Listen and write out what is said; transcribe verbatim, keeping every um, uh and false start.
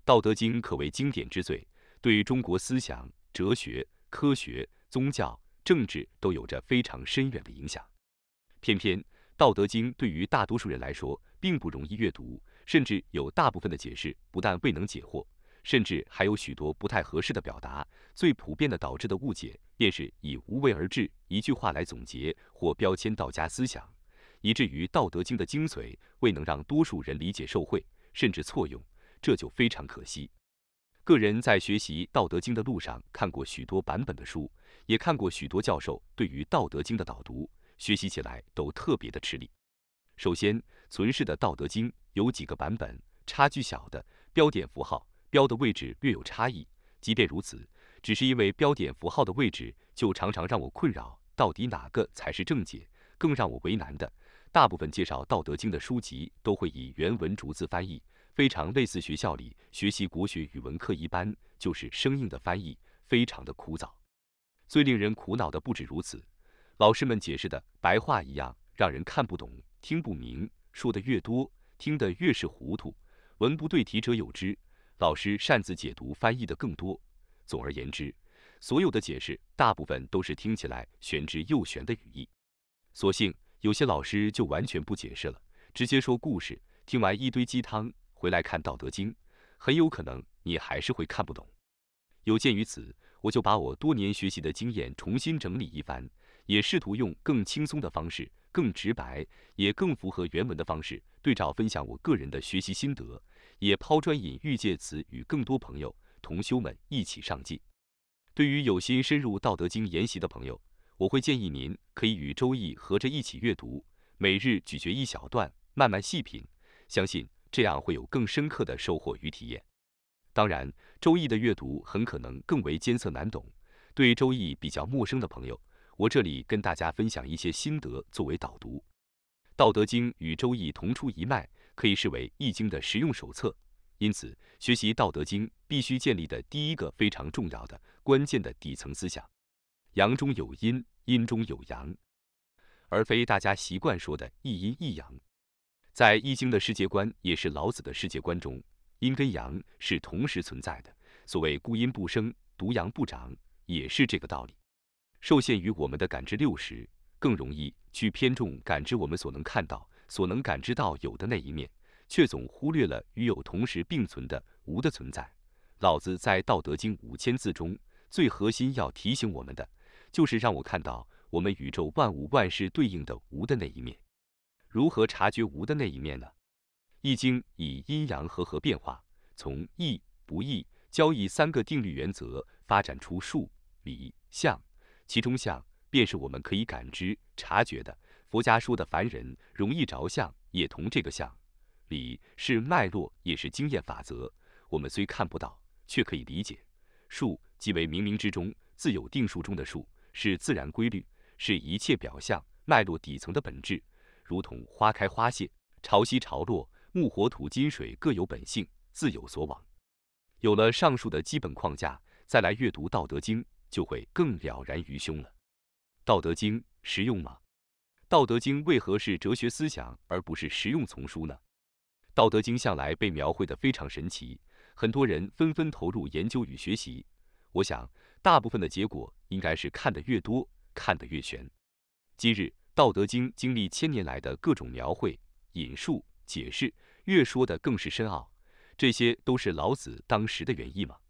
道德经》可谓经典之最，对中国思想、哲学、科学、宗教、政治都有着非常深远的影响。偏偏《道德经》对于大多数人来说并不容易阅读，甚至有大部分的解释不但未能解惑，甚至还有许多不太合适的表达。最普遍的导致的误解，便是以无为而治一句话来总结或标签道家思想，以至于《道德经》的精髓未能让多数人理解受惠，甚至错用，这就非常可惜。个人在学习《道德经》的路上看过许多版本的书，也看过许多教授对于《道德经》的导读，学习起来都特别的吃力。首先，存世的《道德经》有几个版本，差距小的标点符号标的位置略有差异，即便如此，只是因为标点符号的位置就常常让我困扰，到底哪个才是正解？更让我为难的，大部分介绍《道德经》的书籍都会以原文逐字翻译，非常类似学校里学习国学语文课一般，就是生硬的翻译，非常的枯燥。最令人苦恼的不止如此，老师们解释的白话一样，让人看不懂、听不明，说的越多，听得越是糊涂。文不对题者有之，老师擅自解读翻译的更多。总而言之，所有的解释大部分都是听起来玄之又玄的语义。所幸有些老师就完全不解释了，直接说故事，听完一堆鸡汤，回来看《道德经》，很有可能你还是会看不懂。有鉴于此，我就把我多年学习的经验重新整理一番，也试图用更轻松的方式、更直白，也更符合原文的方式，对照分享我个人的学习心得，也抛砖引玉，借此与更多朋友、同修们一起上进。对于有心深入《道德经》研习的朋友，我会建议您可以与《周易》合着一起阅读，每日咀嚼一小段，慢慢细品，相信这样会有更深刻的收获与体验。当然，《周易》的阅读很可能更为艰涩难懂，对《周易》比较陌生的朋友，我这里跟大家分享一些心得作为导读。《道德经》与《周易》同出一脉，可以视为《易经》的实用手册。因此，学习《道德经》必须建立的第一个非常重要的、关键的底层思想：阳中有阴，阴中有阳，而非大家习惯说的一阴一阳。在《易经》的世界观，也是老子的世界观中，阴跟阳是同时存在的。所谓孤阴不生，独阳不长，也是这个道理。受限于我们的感知六识，更容易去偏重感知我们所能看到、所能感知到有的那一面，却总忽略了与有同时并存的无的存在。老子在《道德经》五千字中，最核心要提醒我们的，就是让我看到我们宇宙万物万事对应的无的那一面。如何察觉无的那一面呢？《易经》以阴阳和合变化，从易、不易、交易三个定律原则发展出数、理、象，其中象便是我们可以感知、察觉的。佛家说的凡人容易着相，也同这个象。理是脉络，也是经验法则，我们虽看不到，却可以理解。数即为冥冥之中自有定数中的数，是自然规律，是一切表象脉络底层的本质，如同花开花谢、潮汐潮落，木火土金水各有本性，自有所往。有了上述的基本框架，再来阅读《道德经》，就会更了然于胸了。《道德经》实用吗？《道德经》为何是哲学思想而不是实用丛书呢？《道德经》向来被描绘得非常神奇，很多人纷纷投入研究与学习。我想，大部分的结果应该是看得越多，看得越玄。今日，《道德经》经历千年来的各种描绘、引述、解释，越说的更是深奥。这些都是老子当时的原意吗？